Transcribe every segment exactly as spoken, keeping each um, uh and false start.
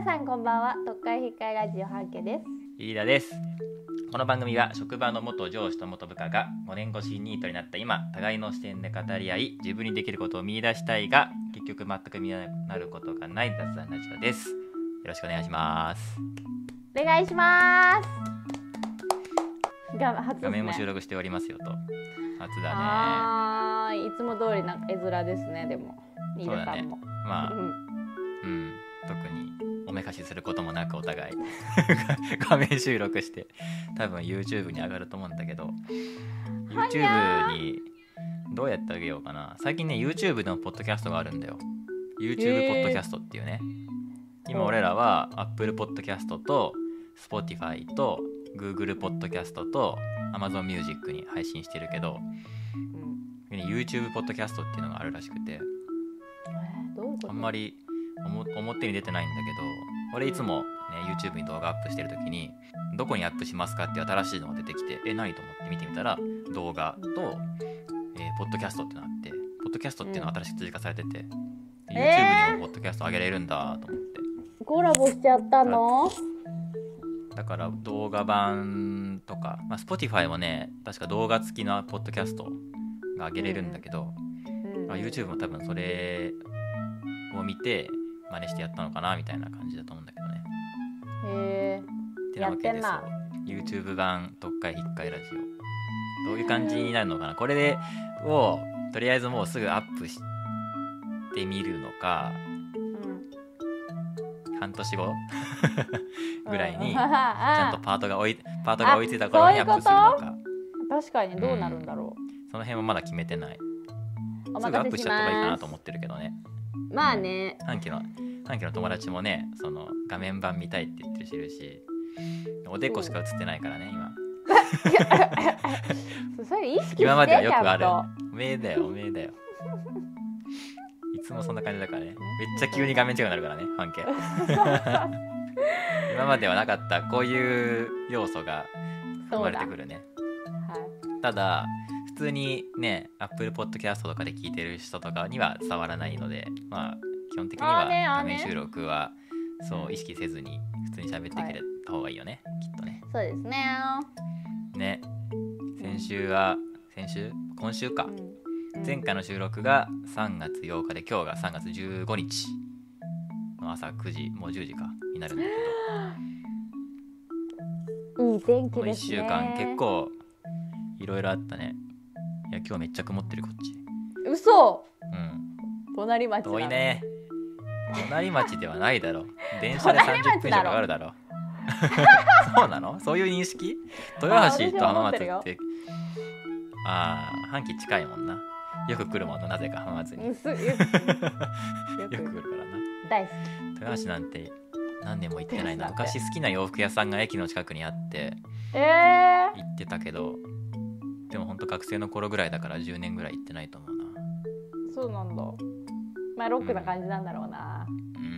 皆さんこんばんは。特会引っかえラジオ半家です。 飯田です。この番組は職場の元上司と元部下がごねん越しにニートになった今、互いの視点で語り合い、自分にできることを見出したいが結局全く見なることがない雑談ラジオです。よろしくお願いします。 お願いします。が初ですね。 画面も収録しておりますよと。初だね。 あー、いつも通りな絵面ですね。でも飯田さんも、 ね、まあ、うん、うん、特におめかしすることもなくお互い画面収録して多分 YouTube に上がると思うんだけど、 YouTube にどうやってあげようかな。最近ね YouTube のポッドキャストがあるんだよ。 YouTube ポッドキャストっていうね、えー、今俺らは Apple ポッドキャストと Spotify と Google ポッドキャストと Amazon Music に配信してるけど、うん、YouTube ポッドキャストっていうのがあるらしくて、 えー、どういうこと？ あんまり表に出てないんだけど、俺いつも、ね、YouTube に動画アップしてる時にどこにアップしますかって新しいのが出てきて、え何と思って見てみたら動画と、えー、ポッドキャストってのがあって、ポッドキャストっていうのが新しく追加されてて、うん、YouTube にもポッドキャスト上げれるんだと思って、 えー、コラボしちゃったの？ だから動画版とか、まあ、Spotify もね確か動画付きのポッドキャストが上げれるんだけど、うんまあ、YouTube も多分それを見て真似してやったのかなみたいな感じだと思うんだけどね。 へー、 ってなわけでそう YouTube 版特会引っかえラジオどういう感じになるのかな。これでをとりあえずもうすぐアップしてみるのか、うん、半年後ぐらいにちゃんとパートが追いパートが追いついた頃にアップするのか。 確かにどうなるんだろう、うん、 その辺もまだ決めてない。すぐアップしちゃった方がいいかなと思ってるけどね。 まあね、 半期の半期の友達もね、その画面版見たいって言ってるしいるし、おでこしか映ってないからね今それ意識して今まではよくある。おめえだよおめえだよいつもそんな感じだからね。めっちゃ急に画面違うになるからね半期今まではなかったこういう要素が生まれてくるね。はい、ただ普通にね Apple Podcast とかで聞いてる人とかには伝わらないので、まあ基本的には画面収録はそう意識せずに普通に喋ってくれた方がいいよね、はい、きっとね。 そうですね。 ね、先週は先週今週か、うん、前回の収録がさんがつようかで今日がさんがつじゅうごにちの朝くじ、もうじゅうじかになるんだけどいい天気ですね。 このいっしゅうかん結構いろいろあったね。いや今日めっちゃ曇ってるこっち。 嘘。 うん。 隣町だ。 遠いね。隣町ではないだろ。電車でさんじゅっぷん以上かかるだろ。そうなの？そういう認識？豊橋と浜松ってああ半期近いもんな。よく来るもんな、なぜか浜松に。よく来るからな。 大好き。 豊橋なんて何年も行ってないな。昔好きな洋服屋さんが駅の近くにあって、 えー、 行ってたけど。でも本当学生の頃ぐらいだからじゅうねんぐらい行ってないと思うな。 そうなんだ。まあロックな感じなんだろうな。 うー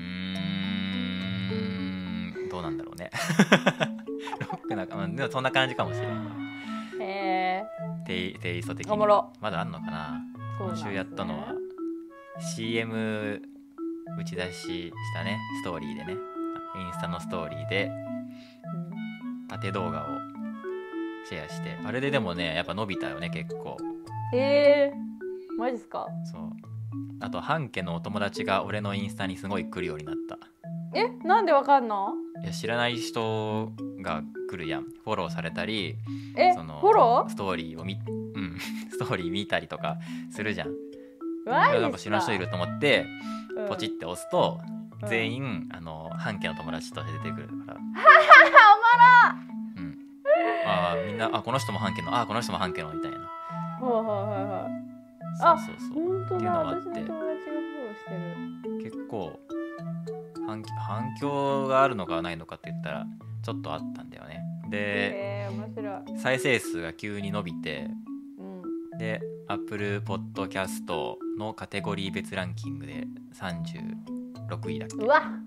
ん、どうなんだろうね。ロックな、まあ、でもそんな感じかもしれんわ。 へー。テイ、テイスト的におもろ。 まだあんのかな。今週やったのは シーエム 打ち出ししたねストーリーでね、インスタのストーリーで縦動画をシェアして、あれででもねやっぱ伸びたよね結構。 えー、マジっすか。 そう、あと半家のお友達が俺のインスタにすごい来るようになった。 え、なんでわかんの？ いや知らない人が来るやん。フォローされたり、 え、 そのフォロー？ ストーリーを見、うん、ストーリー見たりとかするじゃん。 マジっすか。 なんか知らない人いると思って、うん、ポチって押すと、 うん、 全員あの半家の友達として出てくるから。はははおもろ。 あみんなあこの人も半家のあこの人も半家のみたいな。 はいはいはいはい。 そうそうそう。 本当だ。 っていうのがあって、 私の友達がフォローしてる。結構反反響があるのかないのかって言ったらちょっとあったんだよね。で、 えー、面白い。 再生数が急に伸びて、 うん、 で Apple Podcast のカテゴリー別ランキングでさんじゅうろくいだっけ。 うわ。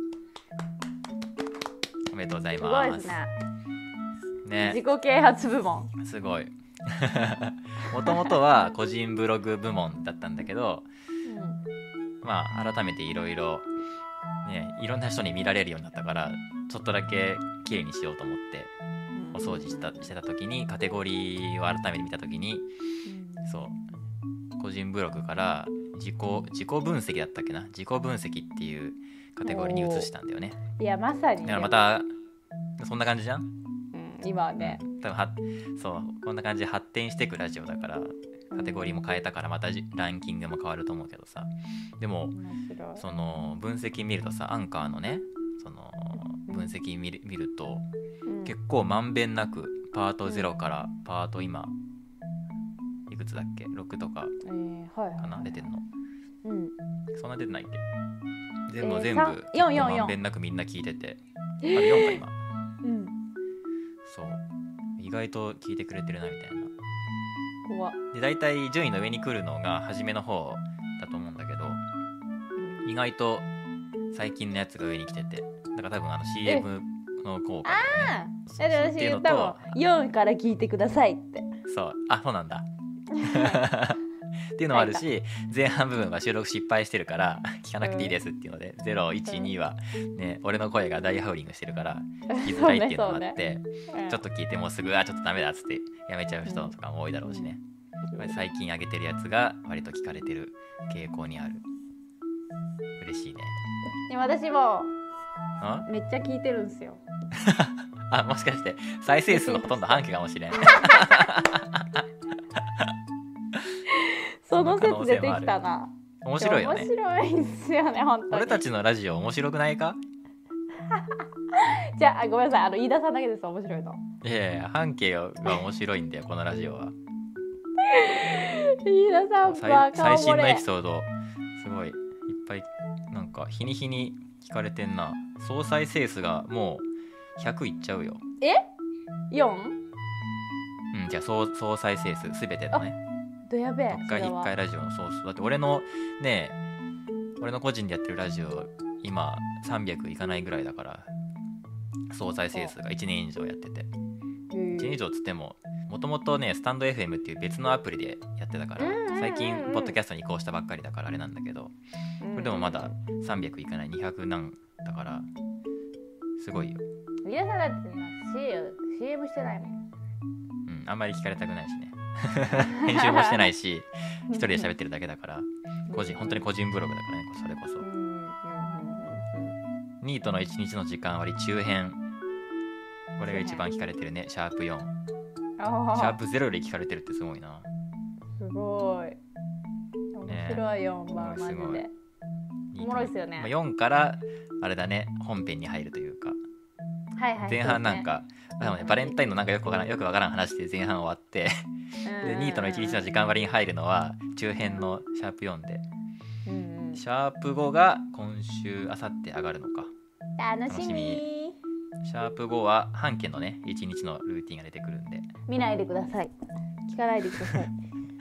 おめでとうございます。 すごいですね。 ね、 自己啓発部門すごい。もともとは個人ブログ部門だったんだけど、うん、まあ改めていろいろね、いろんな人に見られるようになったからちょっとだけ綺麗にしようと思ってお掃除したしてた時にカテゴリーを改めて見た時に、 うん、 そう個人ブログから自己自己分析だったっけな、自己分析っていうカテゴリーに移したんだよね。 いやまさにだからまたそんな感じじゃん、 うん、今はね、 うん、多分はそうこんな感じで発展していくラジオだからカテゴリーも変えたからまたランキングも変わると思うけどさ、でもその分析見るとさ、アンカーのねその分析見る、見ると、うん、結構まんべんなくパートゼロからパート今いくつだっけろくとかかな、えーはいはいはい、出てんの、うん、そんな出てないっけ、全部、えー、全部まんべんなくみんな聞いてて、あれよんか今、うん、そう意外と聞いてくれてるなみたいな。 怖で大体順位の上に来るのが初めの方だと思うんだけど、うん、意外と最近のやつが上に来てて、だから多分あの シーエム の効果だよね。 ああ私言ったもんよんから聞いてくださいって。 そうあそうなんだっていうのもあるし、前半部分は収録失敗してるから聞かなくていいですっていうので、うん、ゼロ、いち、にはね俺の声が大ハウリングしてるから聞きづらいっていうのもあって、ねね、ちょっと聞いてもうすぐあちょっとダメだっつってやめちゃう人とかも多いだろうしね、うん、最近上げてるやつが割と聞かれてる傾向にある。嬉しいね。 で私もめっちゃ聞いてるんですよあもしかして再生数のほとんど半径かもしれんその説出てきたな。 面白いよね。 面白いんですよね本当に。 俺たちのラジオ面白くないかじゃあごめんなさい、あの飯田さんだけです面白いの。 いやいや半径が面白いんだよこのラジオは飯田さんは最新のエピソードすごいいっぱいなんか日に日に聞かれてんな。総再生数がもうひゃくいっちゃうよ。 え よん？ うんじゃあ 総, 総再生数すべてのね。 どやべえ。 いっかいいっかいラジオのそうそうだって俺のね俺の個人でやってるラジオ今さんびゃくいかないぐらいだから、総再生数がいちねん以上やってて、いちねん以上つってももともとねスタンド エフエム っていう別のアプリでやってたから、最近ポッドキャストに移行したばっかりだからあれなんだけど、これでもまださんびゃくいかないにひゃくなんだからすごいよ。 皆さんだって今 シーエム してないもん。 うんあんまり聞かれたくないしね編集もしてないし一人で喋ってるだけだから個人本当に個人ブログだからねそれこそ。ニートのいちにちの時間割中編、これが一番聞かれてるね。シャープよん、シャープゼロより聞かれてるってすごいな。 すごい面白いよんばん、マジでおもろいですよね。 よんからあれだね本編に入るというか、 はいはい、 前半なんか、ねね、バレンタインのなんかよくわからんよくわからん話で前半終わってでニートのいちにちの時間割に入るのは中編のシャープよんで、うんうん、シャープごが今週あさって上がるのか。 楽しみ。 シャープごは半径のねいちにちのルーティンが出てくるんで見ないでください、聞かないでください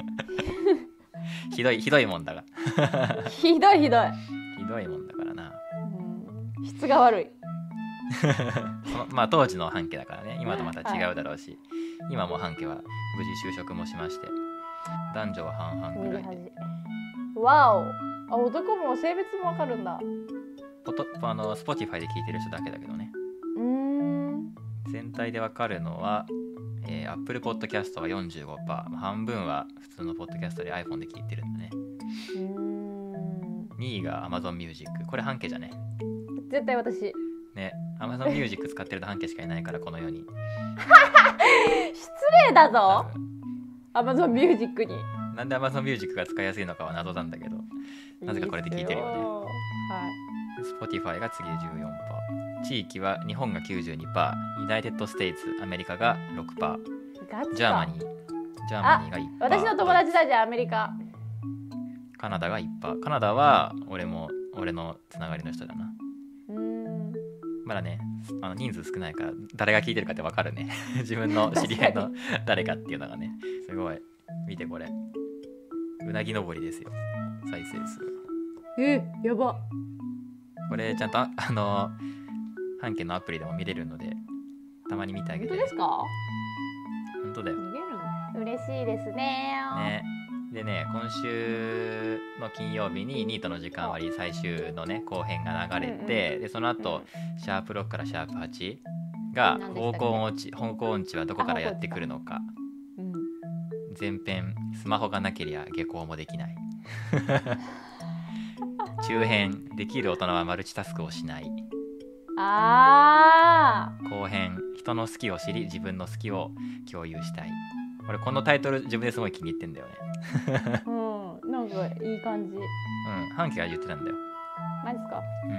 ひどいひどいもんだがひどいひどいひどいもんだからな、 うん、質が悪いそのまあ当時の半径だからね、今とまた違うだろうし、はい、今も半径は無事就職もしまして男女は半々ぐらいで。 わお、あ男も性別もわかるんだ。 あの Spotify で聞いてる人だけだけどね。 うーん全体でわかるのは、えー、Apple Podcast は よんじゅうごパーセント、 半分は普通のポッドキャストで iPhone で聞いてるんだね。うーんにいが Amazon Music、 これ半径じゃね絶対私ね。 Amazon Music 使ってると半径しかいないからこの世に失礼だぞ Amazon Music に。 なんで Amazon Music が使いやすいのかは謎なんだけど、なぜかこれで聞いてるよね。はい、Spotify が次で じゅうよんパーセント、 地域は日本が きゅうじゅうにパーセント、 ユナイテッドステイツアメリカが ろくパーセント、 ジャーマニージャーマニーが いちパーセント、 私の友達だじゃあアメリカ。 カナダが いちパーセント、 カナダは俺も俺のつながりの人だな。うーんまだねあの人数少ないから誰が聞いてるかって分かるね自分の知り合いの誰かっていうのがね。すごい見てこれうなぎ登りですよ再生数。 えやば。 これちゃんとあの半径のアプリでも見れるのでたまに見てあげて。 本当ですか？ 本当だよ。 見れるの嬉しいですね。 ねでね、今週の金曜日にニートの時間割最終のね後編が流れて、うんうん、でその後、うん、シャープろくからシャープはちが方向音痴方向音痴はどこからやってくるのか、うん、前編スマホがなけりゃ下校もできない中編できる大人はマルチタスクをしない、 あ後編人の好きを知り自分の好きを共有したい。俺このタイトル自分ですごい気に入ってんだよねうん、なんかいい感じ。うん、 半家が言ってたんだよ。 マジっすか？ うん、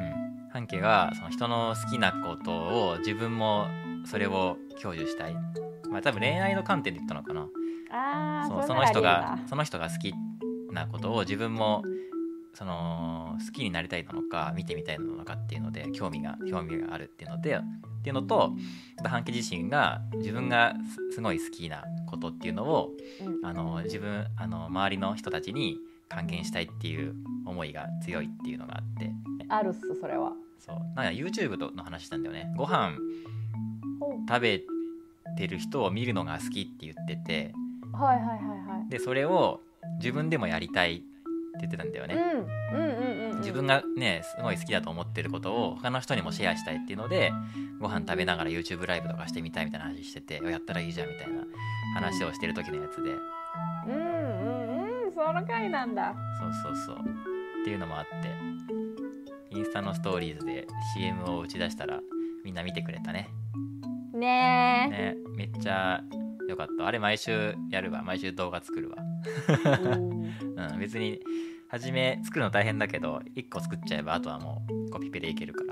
半家がその人の好きなことを自分もそれを享受したい。まあ多分恋愛の観点で言ったのかな。 あそう、その人がその人が好きなことを自分もその好きになりたいのか見てみたいのかっていうので興味が興味があるっていうのでっていうのと、半家自身が自分がすごい好きなことっていうのを、うん、あの自分あの周りの人たちに還元したいっていう思いが強いっていうのがあって、 あるっすそれは。 そうなんか YouTube の話したんだよね。ご飯食べてる人を見るのが好きって言ってて、 はいはいはいはい。 でそれを自分でもやりたいって言ってたんだよね。 うんうんうんうんうん、 自分がねすごい好きだと思ってることを他の人にもシェアしたいっていうので、ご飯食べながら YouTube ライブとかしてみたいみたいな話してて、やったらいいじゃんみたいな話をしてる時のやつで、 うんうんうん、その回なんだ。 そうそうそうっていうのもあって、インスタのストーリーズで シーエム を打ち出したらみんな見てくれたね。 ねえ、 ね、めっちゃよかった。あれ毎週やるわ。毎週動画作るわ、うん、別に初め作るの大変だけどいっこ作っちゃえばあとはもうコピペでいけるから、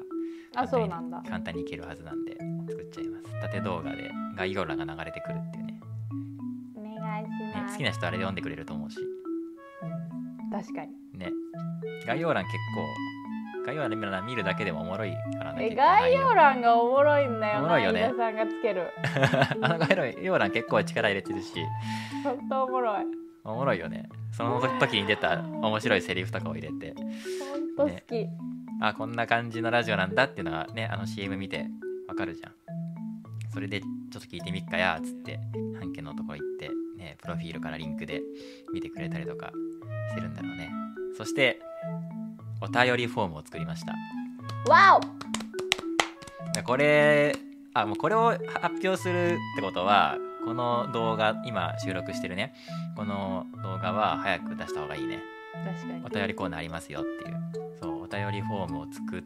あ、そうなんだ、 簡単にいけるはずなんで作っちゃいます。縦動画で概要欄が流れてくるっていうね。 お願いします、 ね、好きな人あれ読んでくれると思うし、 うん、確かにね。概要欄結構概要欄見るだけでもおもろいからね。 え概要欄がおもろいんだよな。 おもろいよね。 飯田さんがつけるあの概要欄結構力入れてるしほんとおもろいおもろいよね。その時に出た面白いセリフとかを入れてほんと好き、 ね、あこんな感じのラジオなんだっていうのがね、あの シーエム 見てわかるじゃん。それでちょっと聞いてみっかやっつって半家のところ行ってね、プロフィールからリンクで見てくれたりとかしてるんだろうね。そしてお便りフォームを作りました。 わお。これあもうこれを発表するってことは、この動画今収録してるねこの動画は早く出した方がいいね。 確かに。 お便りコーナーありますよっていう。そうお便りフォームを作って、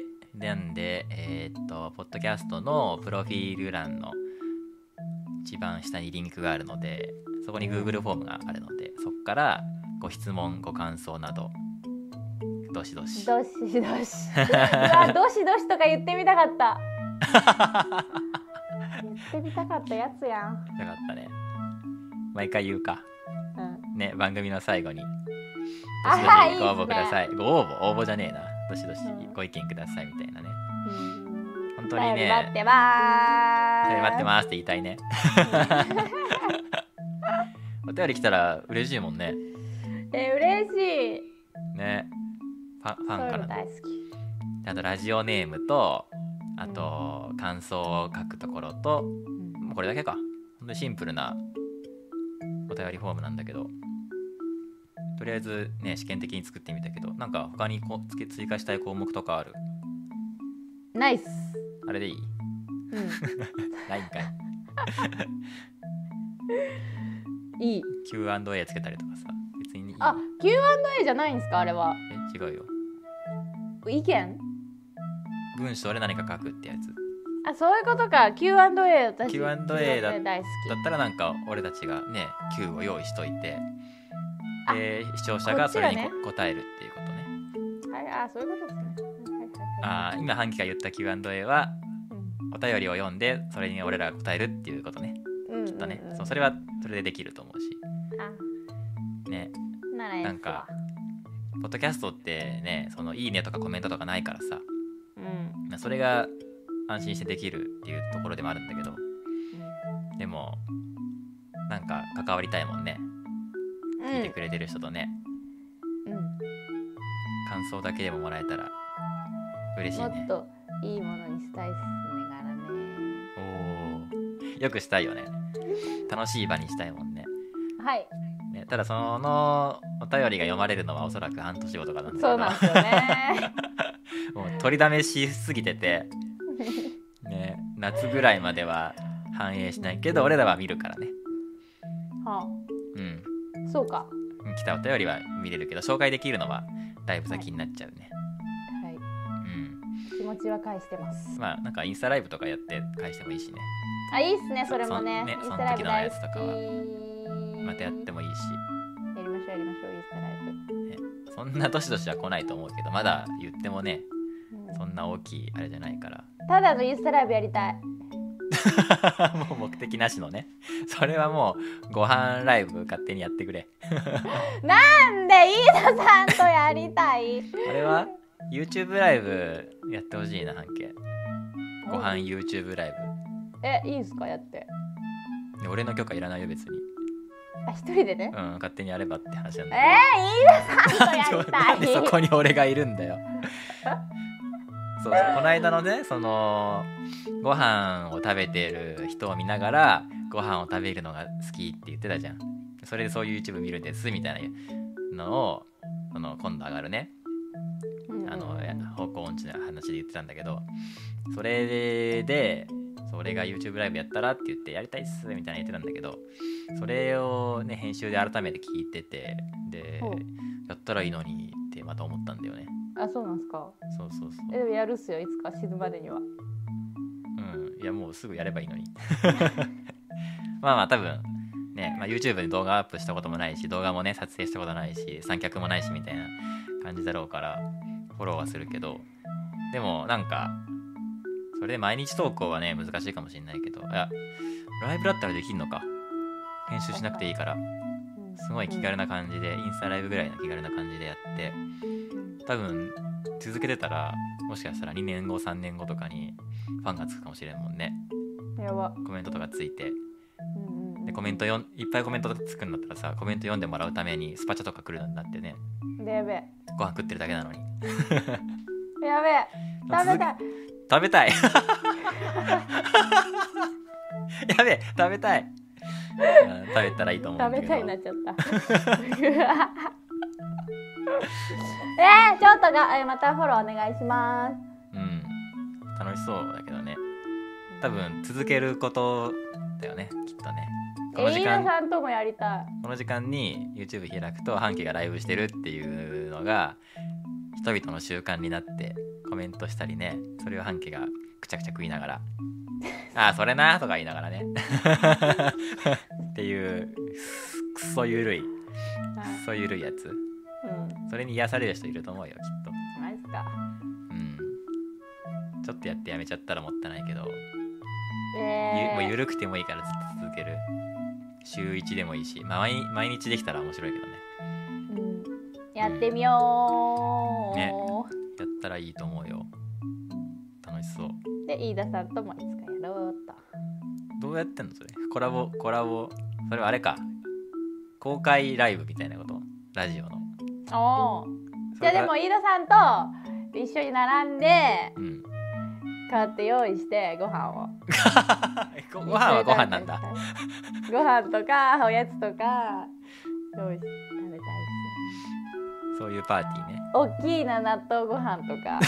なんでえー、っとポッドキャストのプロフィール欄の一番下にリンクがあるので、そこに Google フォームがあるので、そこからご質問ご感想などどしどしどしどしうわどしどしとか言ってみたかった言ってみたかったやつやん。 よかったね。毎回言うか、うん、ね、番組の最後にどしどしご応募ください。いい、ね、ご応募応募じゃねえなどしどしご意見くださいみたいなね、うん、本当にね待ってまーす待ってますって言いたいねお便り来たら嬉しいもんね。 え嬉しいね。ファン、ファンからの大好き。 あとラジオネームと、あと、うん、感想を書くところと、うん、もうこれだけか。ほんとシンプルなお便りフォームなんだけど、とりあえずね試験的に作ってみたけど、なんか他にこう追加したい項目とかある？ ナイス。 あれでいい？うん。ないんかい。いい。キューアンドエー つけたりとかさ、別にいい。 あ、キューアンドエー じゃないんですかあれは？ え、違うよ。 意見？ 文章で何か書くってやつ。 あ、そういうことか。 キューアンドエー 私キューアンドエー だ, 大好きだったらなんか俺たちがね Q を用意しといて、で視聴者がそれに、ね、答えるっていうことね。 はい、あ、そういうことですね。はいはいはい、 あ、今半期が言った キューアンドエー は、うん、お便りを読んでそれに俺らが答えるっていうことね、うんうんうん、きっとね。そう、それはそれでできると思うし、あね、 ならなんかポッドキャストってね、そのいいねとかコメントとかないからさ、うん、それが安心してできるっていうところでもあるんだけど、うん、でもなんか関わりたいもんね、うん、聞いてくれてる人とね、うん、感想だけでももらえたら嬉しいね。 もっといいものにしたいっすねからね。 おー、よくしたいよね。楽しい場にしたいもんね。 はい、 ね、 ね、ただそのお便りが読まれるのはおそらく半年後とかなんだけど、 そうなんですよねもう取りだめしすぎてて、ね、夏ぐらいまでは反映しないけど俺らは見るからね。 はあ、 うん、 そうか。 来たお便りは見れるけど紹介できるのはだいぶ先になっちゃうね。 はい、はい、 うん、 気持ちは返してます。 まあなんかインスタライブとかやって返してもいいしね。 あ、いいっすね、それもね。 ね、 インスタライブ大好き。 その時のやつとかはまたやってもいいし、 やりましょうやりましょう、インスタライブ、 ね、そんな年々は来ないと思うけど、まだ言ってもね、 うん、 そんな大きいあれじゃないから。 ただのインスタライブやりたいもう目的なしのね。それはもうご飯ライブ勝手にやってくれなんで飯田さんとやりたいあれは YouTube ライブやってほしいな、半径。ご飯 YouTube ライブ。 え、いいんすか、やって。 俺の許可いらないよ別に。 あ、一人でね。 うん、勝手にやればって話なんだえー、飯田さんとやりたいなんでそこに俺がいるんだよそうそう、この間のね、そのご飯を食べてる人を見ながらご飯を食べるのが好きって言ってたじゃん。それでそういう YouTube 見るんですみたいなのを、その今度上がるね、あの方向音痴の話で言ってたんだけど、それでそれが YouTube ライブやったらって言ってやりたいっすみたいな言ってたんだけど、それをね編集で改めて聞いてて、でやったらいいのにってまた思ったんだよね。 あ、そうなんすか。 そうそうそう。 え、でもやるっすよ、いつか死ぬまでには。 うん、いやもうすぐやればいいのにまあまあ多分ね、まあ、YouTube に動画アップしたこともないし、動画もね撮影したことないし、三脚もないしみたいな感じだろうからフォローはするけど、でもなんかそれで毎日投稿はね難しいかもしれないけど、いやライブだったらできんのか。編集しなくていいからすごい気軽な感じで、インスタライブぐらいの気軽な感じでやって、多分続けてたらもしかしたらにねんごさんねんごとかにファンがつくかもしれんもんね。 やば。 コメントとかついて、 うんうん、 でコメントよんいっぱいコメントつくんだったらさ、コメント読んでもらうためにスパチャとか来るようになってね。 でやべえ、 ご飯食ってるだけなのにやべえ、食べたい食べたいやべえ食べたい食べたらいいと思うんだけど、 食べたいになっちゃったえー、ちょっとがえまたフォローお願いします。 うん、楽しそうだけどね。多分続けることだよね、きっとね。この時間、 飯田さんともやりたい。 この時間に YouTube 開くと半期がライブしてるっていうのが人々の習慣になって、コメントしたりね、それを半期がくちゃくちゃ食いながらああそれなとか言いながらねっていうくそゆるいくそゆるいやつ、うん、それに癒される人いると思うよきっと。 マジっすか。 うん、ちょっとやってやめちゃったらもったいないけど、 えー、 もうゆるくてもいいからずっと続ける。週いちでもいいし、まあ、毎, 毎日できたら面白いけどね、 うん、やってみよう、うん、 ね、やったらいいと思うよ。楽しそう。 で飯田さんともいつかやろうと。 どうやってんのそれ。コラボコラボそれはあれか、公開ライブみたいなこと、ラジオの。 おじゃあでも飯田さんと一緒に並んで、うん、買って用意してご飯をご飯はご飯なんだご飯とかおやつとか用意して食べたいです。 そういうパーティーね。 大きいな納豆ご飯とか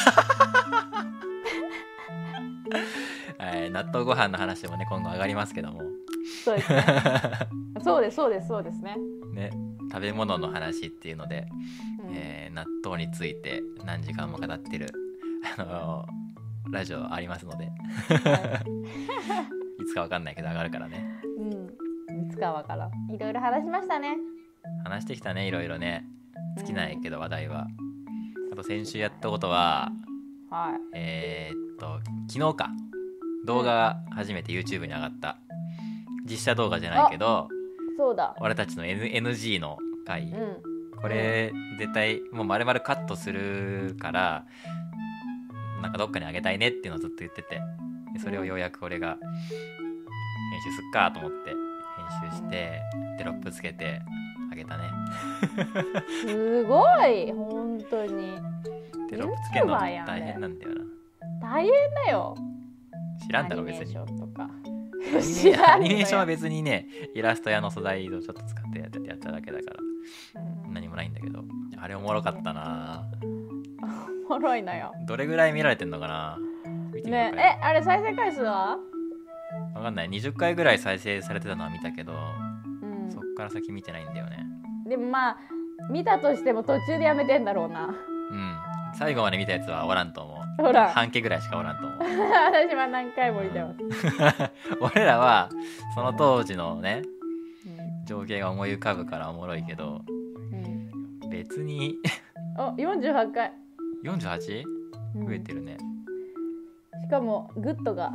はい、納豆ご飯の話もね今後上がりますけども。 そうですねそうですそうですそうですね。 ね、食べ物の話っていうので、うん、えー、納豆について何時間も語ってるあのー、ラジオありますので、はい、いつかわかんないけど上がるからね。 うん、いつかわからん。いろいろ話しましたね。 話してきたね、いろいろね。尽きないけど話題は。あと先週やったことは、 はい、 えー、っと昨日か動画が初めて YouTube に上がった。実写動画じゃないけど、 そうだ、 俺たちの N- エヌジー の回、うん、これ絶対もう丸々カットするからなんかどっかにあげたいねっていうのをずっと言ってて、でそれをようやく俺が編集すっかと思って編集してテロップつけてあげたねすごい本当にテロップつけるの大変なんだよな。 大変だよ。 知らんだろ別に。 アニメーションとかアニメーションは別にねイラスト屋の素材をちょっと使ってやってやっただけだから、 うん、 何もないんだけど、あれおもろかったな。 おもろいのよ。 どれぐらい見られてんのかな、見てみようかよ。 ねえ、あれ再生回数はわかんない。にじゅっかいぐらい再生されてたのは見たけど、 うん、 そっから先見てないんだよね。 でもまあ見たとしても途中でやめてんだろうな。 うん、最後まで見たやつはおらんと思う。 ほら半家ぐらいしかおらんと思う。 私は何回も見てます、 俺らはその当時のね、 うん、 情景が思い浮かぶからおもろいけど、 うん、 別にお、よんじゅうはちかいよんじゅうはち？ うん、 増えてるね。 しかもグッドが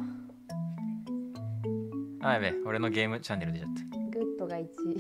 あ、やべえ、俺のゲームチャンネル出ちゃった。 グッドがいちい。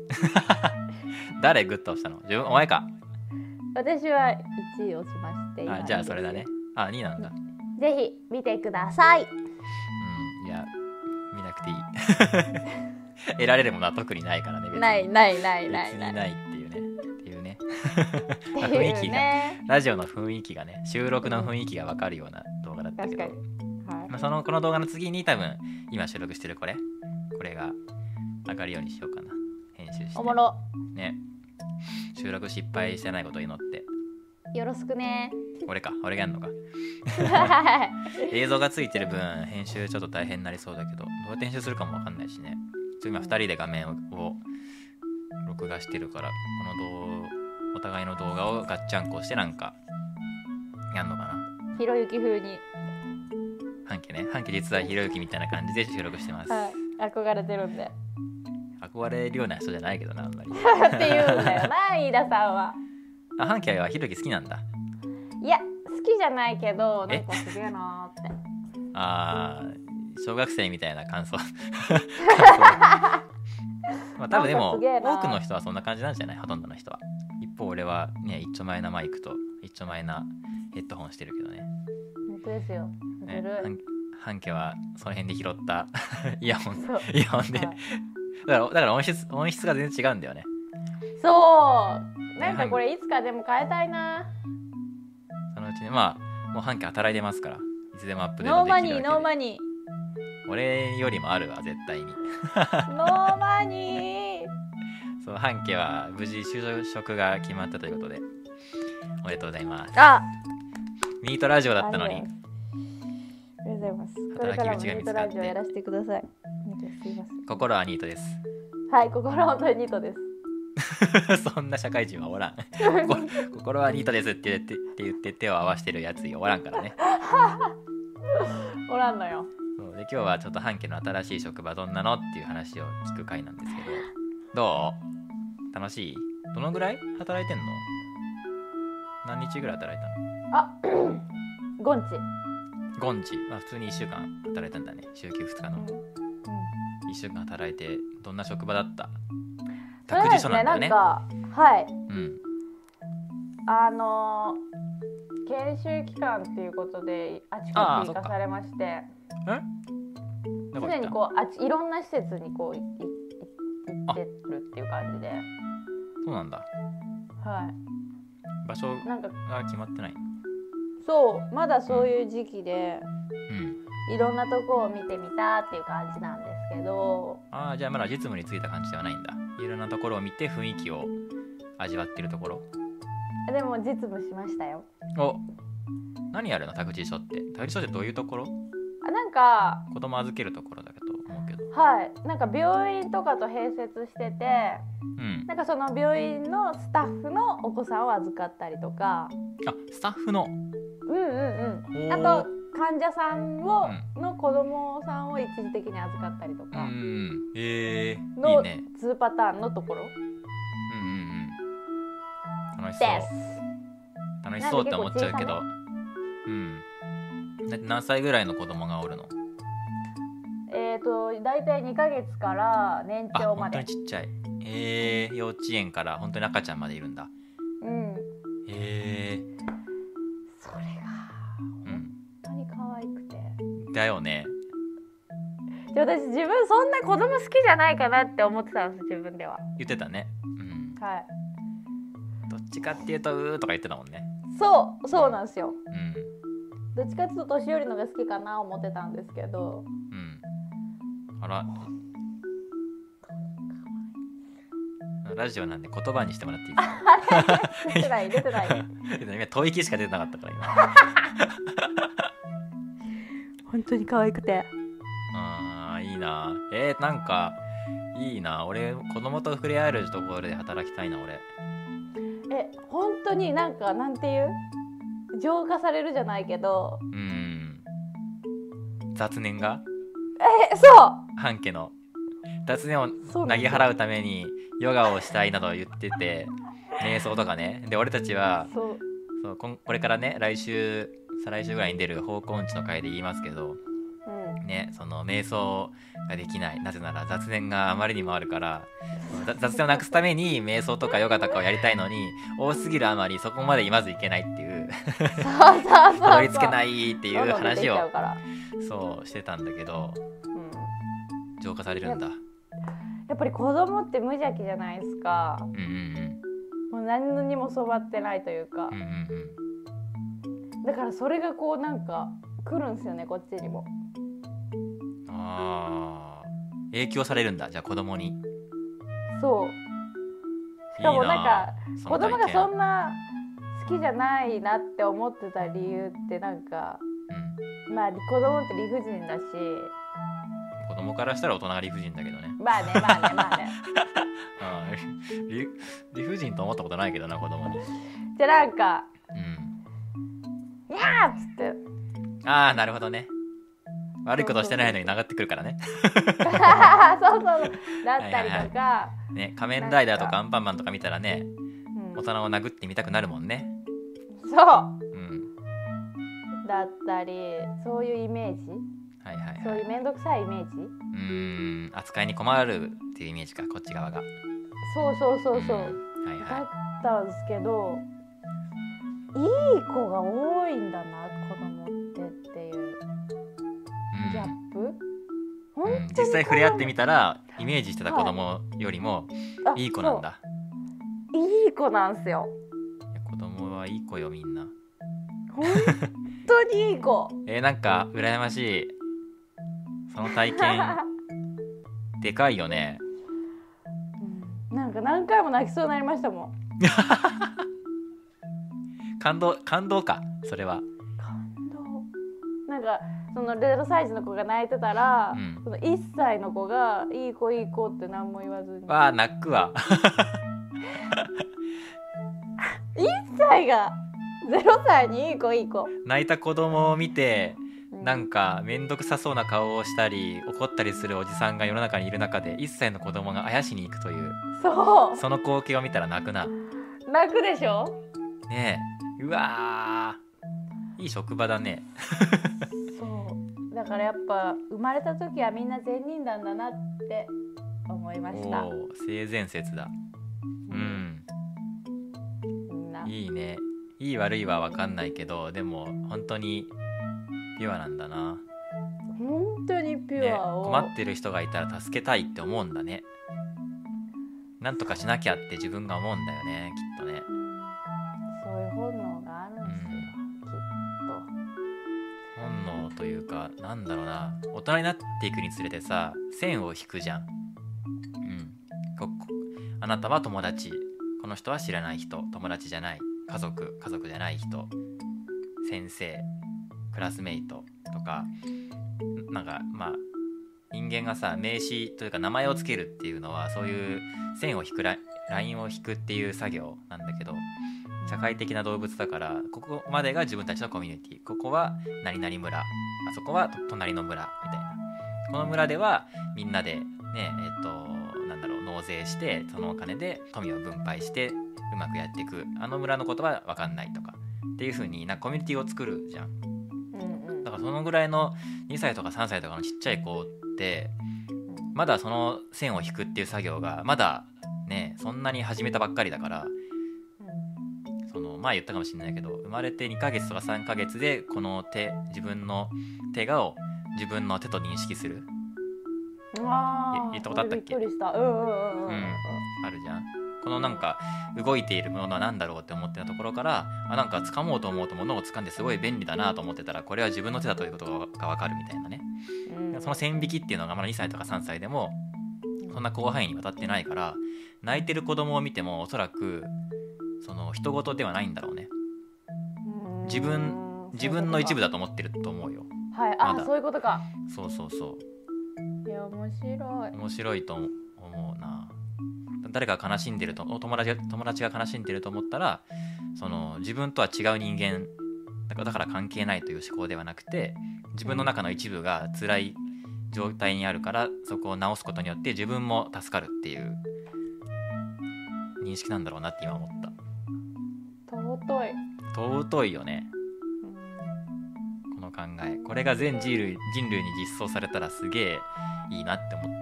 誰グッド押したの？自分？お前か。 私はいちい押しまして。 あ、じゃあそれだね。あ、にいなんだ。 ぜひ見てください。 うん、いや見なくていい。得られるものは特にないからね。別にないないないない別にないないっていうね。っていうね。 って雰囲いう気が、 ね。 ラジオの雰囲気がね、収録の雰囲気が分かるような動画だったけど、 確かに、はい、 まあ、そのこの動画の次に多分今収録してるこれこれが上がるようにしようかな。編集しておもろね。収録失敗してないことを祈って。 よろしくね。 俺か、俺がやんのか。映像がついてる分編集ちょっと大変になりそうだけど、どうやって編集するかも分かんないしね。今ふたりで画面を録画してるから、この動お互いの動画をガッチャンコしてなんかやんのかな。 ひろゆき風に。 半家ね、半家実はひろゆきみたいな感じで収録してます。 はい、憧れてるんで。 憧れるような人じゃないけどな、あんまり。 って言うんだよな、飯田さんは。 あ、半家はひろゆき好きなんだ。 いや、好きじゃないけど、なんかすげえなーって。 あー、小学生みたいな感想。感想まあ多分でも多くの人はそんな感じなんじゃない？ほとんどの人は。一方俺はね、一丁前なマイクと一丁前なヘッドホンしてるけどね。 本当ですよ。 ね、半家はその辺で拾ったイヤホンイヤホンで、 はい、 だからだから音質音質が全然違うんだよね。 そうなんかこれいつかでも変えたいな。 そのうちね、まあもう半家働いてますから、いつでもアップデーノーマトできるわけで。 ニーノーマニー。 俺よりもあるわ絶対に。 ノーマニー。 そう、半家は無事就職が決まったということでおめでとうございます。 あ、 ミートラジオだったのに。 ありがとうございます。これ働からもき口が見つかってニートラジオやらせてください。すいません。 心はニートです。 はい、心は本当にニートです。 そんな社会人はおらん。心はニートですって言ってって言って手を合わせてるやつおらんからね。 おらんのよ。 そうで、今日はちょっと半家の新しい職場どんなのっていう話を聞く回なんですけど、どう？楽しい？どのぐらい働いてんの？何日ぐらい働いたの？ あ、ゴンチ。 ゴンチ、まあ、普通にいっしゅうかん働いたんだね。週休ふつかの、うんうん、いっしゅうかん働いてどんな職場だった？託児所なんだよね。 なんか、はい、うん、あの研修期間っていうことであちこち行かされまして、すでにこうあちいろんな施設にこういい行ってるっていう感じで。 そうなんだ。 はい。 場所が決まってない。 そうまだそういう時期で、 うん、 いろんなとこを見てみたっていう感じなんですけど。 ああ、じゃあまだ実務に就いた感じではないんだ。いろんなところを見て雰囲気を味わってるところ。 でも実務しましたよ。 お、何やるの？託児所って。託児所ってどういうところ？ あ、なんか子供預けるところだけど思うけど。 はい、なんか病院とかと併設してて、うん、なんかその病院のスタッフのお子さんを預かったりとか。 あ、スタッフの。 うんうんうん。あと患者さんを、うん、の子供さんを一時的に預かったりとか。 うん、えー、 のいいね。 にパターンのところ。 うんうんうん。楽しそう。楽しそうって思っちゃうけど。うん。何歳ぐらいの子供がおるの？ えっとだいたいにかげつから年長まで。 あ、本当にちっちゃい。えー、幼稚園から本当に赤ちゃんまでいるんだ。 うん。 えー、 それが本当に可愛くて。 だよね。 で私自分そんな子供好きじゃないかなって思ってたんです、自分では。 言ってたね。うん。 はい。 どっちかっていうとうーとか言ってたもんね。 そうそうなんですよ。 うん。 どっちかっていうと年寄りのが好きかな思ってたんですけど。 うん。あら。 ラジオなんで言葉にしてもらっていいですか？ 出てない出てない今吐息しか出てなかったから今本当に可愛くて、 あーいいな。えー、なんかいいな。俺子供と触れ合えるところで働きたいな俺。 え本当になんかなんていう浄化されるじゃないけど、 うん、雑念がえそう半家の雑念を投げ払うためにヨガをしたいなど言ってて、瞑想とかね。で俺たちはそうそうこんこれからね来週再来週ぐらいに出る方向音痴の回で言いますけど、 うんね、その瞑想ができない。なぜなら雑念があまりにもあるから、雑念をなくすために瞑想とかヨガとかをやりたいのに多すぎるあまりそこまでまずいけないっていうそうそうそうそうたどり着けないっていう話をそうしてたんだけど、 うん、 浄化されるんだ。 やっぱり子供って無邪気じゃないですか。 うんうんうん。 もう何にも染まってないというか、 うんうんうん、だからそれがこうなんか来るんですよね、こっちにも。 あー、影響されるんだじゃあ子供に。 そうしかもなんかいいな子供がそんな好きじゃないなって思ってた理由ってなんか、うん、まあ子供って理不尽だし、 子供からしたら大人が理不尽だけどね。 まあねまあねまあねあ理, 理不尽と思ったことないけどな子供に。 じゃあなんかうんにゃーっつってああなるほどね。悪いことしてないのに流ってくるからねそうそうだったりとか、はいはいはい、 ね、仮面ライダーとかアンパンマンとか見たらね、うん、大人を殴ってみたくなるもんね。 そう、うん、だったりそういうイメージ、 はいはいはい、 そういうめんどくさいイメージ、 うーん扱いに困るっていうイメージかこっち側が。 そうそうそうそう、うんはいはい、 だったんですけどいい子が多いんだな子供ってっていうギャップ、 うん、実際触れ合ってみたらイメージしてた子供よりもいい子なんだ、 はい、いい子なんすよ。 いや子供はいい子よみんな本当にいい子えー、なんか羨ましい。その体験でかいよね、 うん、なんか何回も泣きそうになりましたもん感動感動かそれは。 感動なんかそのゼロサイズの子が泣いてたら、うん、そのいっさいの子がいい子いい子って何も言わずにわあ泣くわいっさいがゼロさいにいい子いい子泣いた子供を見て、うん、なんかめんどくさそうな顔をしたり怒ったりするおじさんが世の中にいる中でいっさいの子供があやしに行くというそうその光景を見たら泣くな。 泣くでしょねえ。うわーいい職場だねそうだからやっぱ生まれた時はみんな善人なんだなって思いました。 お性善説だ。うん、みんないいね。いい悪いは分かんないけどでも本当にピュアなんだな。 本当にピュアを、 ね、困ってる人がいたら助けたいって思うんだね。なんとかしなきゃって自分が思うんだよねきっとね。 そういう本能があるんですよ、うん、きっと。本能というかなんだろうな、大人になっていくにつれてさ線を引くじゃん。うんここあなたは友達、この人は知らない人、友達じゃない、家族家族じゃない人、先生、クラスメイトとか、なんかまあ人間がさ名詞というか名前をつけるっていうのはそういう線を引くラインを引くっていう作業なんだけど、社会的な動物だからここまでが自分たちのコミュニティ、ここは何々村、あそこは隣の村みたいな。この村ではみんなでねえっとなんだろう納税してそのお金で富を分配してうまくやっていく。あの村のことは分かんないとかっていう風になコミュニティを作るじゃん。だからそのぐらいのにさいとかさんさいとかのちっちゃい子ってまだその線を引くっていう作業がまだねそんなに始めたばっかりだから、その前言ったかもしれないけど生まれてにかげつとかさんかげつでこの手自分の手がを自分の手と認識する。 あ言ったことあったっけ？ びっくりした。うんうんうんうん、うん、 あるじゃん。このなんか動いているものは何だろうって思ってたところから、あなんか掴もうと思うと物を掴んですごい便利だなと思ってたらこれは自分の手だということが分かるみたいなね、うん、その線引きっていうのがまだにさいとかさんさいでもそんな広範囲にわたってないから、泣いてる子供を見てもおそらくその人事ではないんだろうね。自分自分の一部だと思ってると思うよ。 はい、あ、ま、そういうことか。 そうそうそう。 いや面白い。 面白いと思うな。誰かが悲しんでると、友達が友達が悲しんでると思ったら、その自分とは違う人間だから、だから関係ないという思考ではなくて、自分の中の一部が辛い状態にあるから、そこを直すことによって自分も助かるっていう認識なんだろうなって今思った。 尊い。 尊いよね、うん、この考え。これが全人類人類に実装されたらすげえいいなって思った。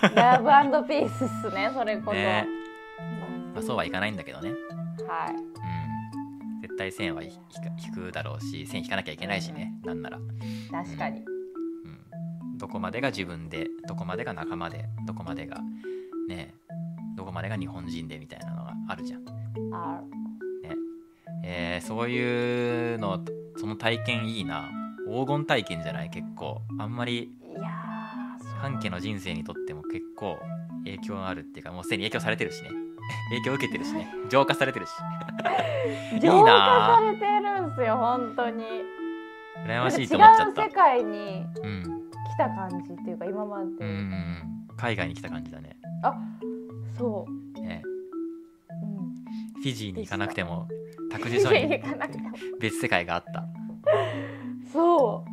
ラブ&ピースっすね、それこそ、ね。 まあ、そうはいかないんだけどね。 はい、 うん、絶対線は引くだろうし、線引かなきゃいけないしね、うん、なんなら確かに、 うんうん、どこまでが自分で、どこまでが仲間で、どこまでがね、どこまでが日本人でみたいなのがあるじゃん。 ある、ねえー、そういうの、その体験いいな。黄金体験じゃない？結構あんまり、 いや半家の人生にとっても結構影響があるっていうか、もうすでに影響されてるしね。影響を受けてるしね。浄化されてるし。 いい浄化されてるんすよ、本当に。 羨ましいと思っちゃった。 違う世界に来た感じっていうか、今まで、 うん、海外に来た感じだね。 あ、そう、 ね、 うん、 フィジーに行かなくても託児所に別世界があった。 そう。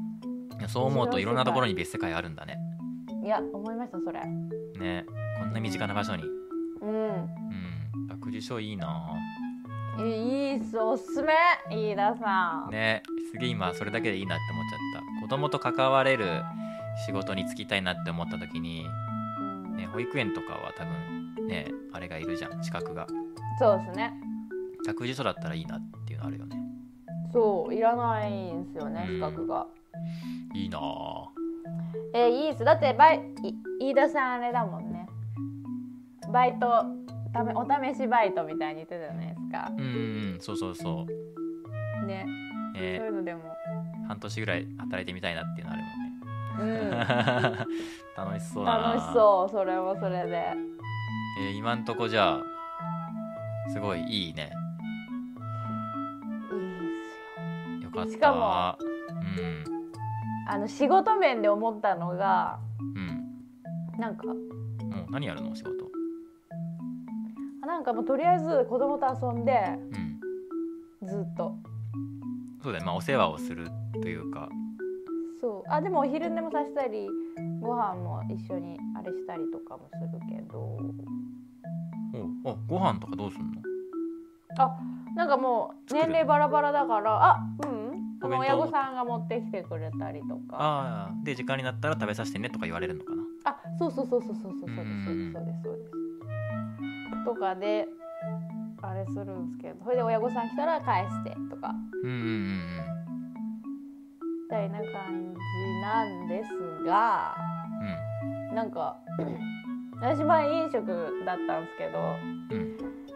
そう思うといろんなところに別世界あるんだね。 いや、思いました、それ。 ね、こんな身近な場所に。 うん。うん。 託児所いいな。 いいっす、おすすめ、飯田さん。 ね、すげえ今それだけでいいなって思っちゃった。子供と関われる仕事に就きたいなって思った時に、うんね、保育園とかは多分ね、あれがいるじゃん、資格が。 そうですね。 託児所だったらいいなっていうのあるよね。 そう、いらないんですよね、資格が。 いいなぁ。 えー、いいっす。だってバイ飯田さんあれだもんね。バイトためお試しバイトみたいに言ってたじゃないですか。 うん、そうそうそう。 ね。 えー、 そういうのでも半年ぐらい働いてみたいなっていうのあるもんね。 うん。 楽しそうだな。 楽しそう、それもそれで。 えー、今んとこじゃあすごいいいね。いいっすよ。よかった。 しかも、 うん、 あの仕事面で思ったのが、 うん、 なんか、 もう何やるの仕事？ なんかもうとりあえず子供と遊んで、うん、ずっと。 そうだよ、まあお世話をするというか。 そう。あ、でもお昼寝もさせたり、ご飯も一緒にあれしたりとかもするけど。 おあ、ご飯とかどうすんの？ あ、なんかもう年齢バラバラだから、あ、うん、あの親御さんが持ってきてくれたりとか。 ああ、で時間になったら食べさせてねとか言われるのかな。 あ、そうそうそうそうそうそうそうですそうですそうですそうですとかであれするんですけど、それで親御さん来たら返してとか、 うんうんうんうん、 みたいな感じなんですが、うん、なんか私前飲食だったんですけど、うん、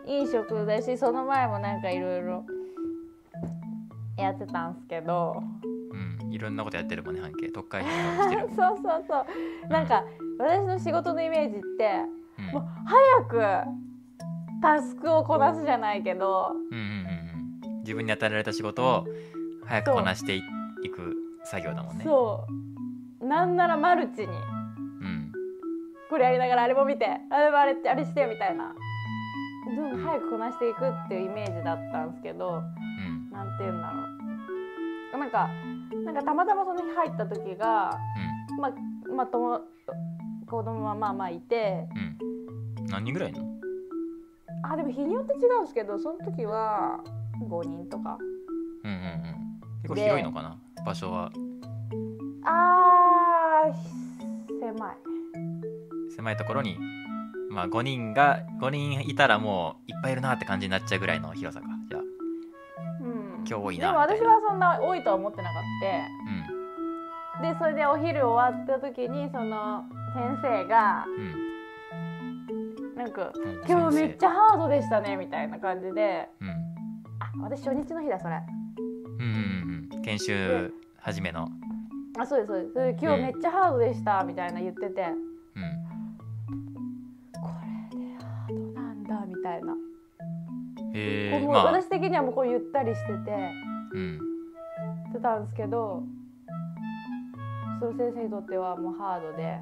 飲食だしその前もなんかいろいろやってたんですけど、 うん、いろんなことやってるもんね、半径特会費してるそうそうそう、うん、なんか私の仕事のイメージって、うん、もう早くタスクをこなすじゃないけど、 うんうんうん、自分に与えられた仕事を早くこなしていく作業だもんね。 そう、なんならマルチに、うん、これやりながらあれも見て、あれもあれあれしてみたいな、どんどん早くこなしていくっていうイメージだったんですけど、うん、なんていうんだろう、なんかなんかたまたまその日入った時が、うん、まあまあとも子供はまあまあいて、 うん、何人ぐらいいるの？ あ、でも日によって違うんですけど、その時はごにんとか。 うんうんうん。結構広いのかな、場所は。 あー、狭い。 狭いところに、まあごにんがごにんいたらもういっぱいいるなって感じになっちゃうぐらいの広さか。じゃあ、うん、今日多いなみたいな。 でも私はそんな多いとは思ってなかった、うん、でそれでお昼終わった時にその先生が、うん、なんか、うん、今日めっちゃハードでしたねみたいな感じで、うん、あ、私初日の日だそれ、 うんうんうん、研修初めの、 あ、そうですそうです、それ今日めっちゃハードでしたみたいな言ってて、 たいな、 へー、 まあ、私的にはもうこうゆったりしてて、 うん、 してたんですけど、その先生にとってはもうハードで、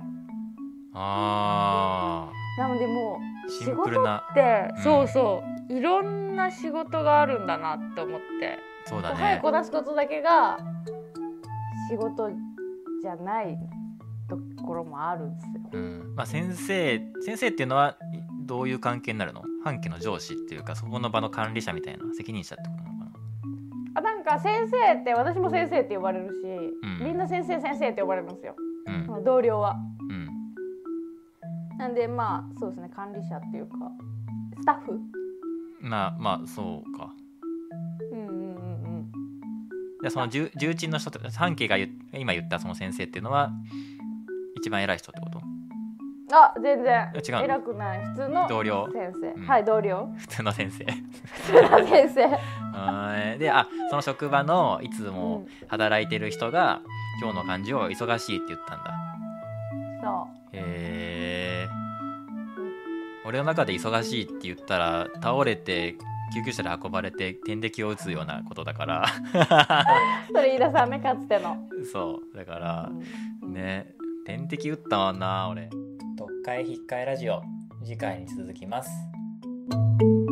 あなのでもうシ仕事ンプルなって、 うんそうそういろんな仕事があるんだなって思って、 そうだね、 早くこなすことだけが仕事じゃないところもあるんですよ、 うんまあ、先生先生っていうのはどういう関係になるの？半家の上司っていうかそこの場の管理者みたいな責任者ってことなのかな？ あ、なんか先生って私も先生って呼ばれるし、 うん、 みんな先生先生って呼ばれるんですよ、 うん、 同僚は、 うん、 なんでまあそうですね、管理者っていうかスタッフ、 まあまあそうか。 うんうんうんうん。 でその重重鎮の人って半家が言今言ったその先生っていうのは一番偉い人ってこと？ あ、全然違うの？ 偉くない、普通の同僚？ 先生、 うん、 はい同僚普通の先生普通の先生はいで、あ、その職場のいつも働いてる人が、うん、今日の漢字を忙しいって言ったんだ。 そうへえ、うん、俺の中で忙しいって言ったら倒れて救急車で運ばれて点滴を打つようなことだからそれ飯田さんね、かつての。 そうだから、うん、ね、点滴打ったもんな俺。読解引っかえラジオ、次回に続きます。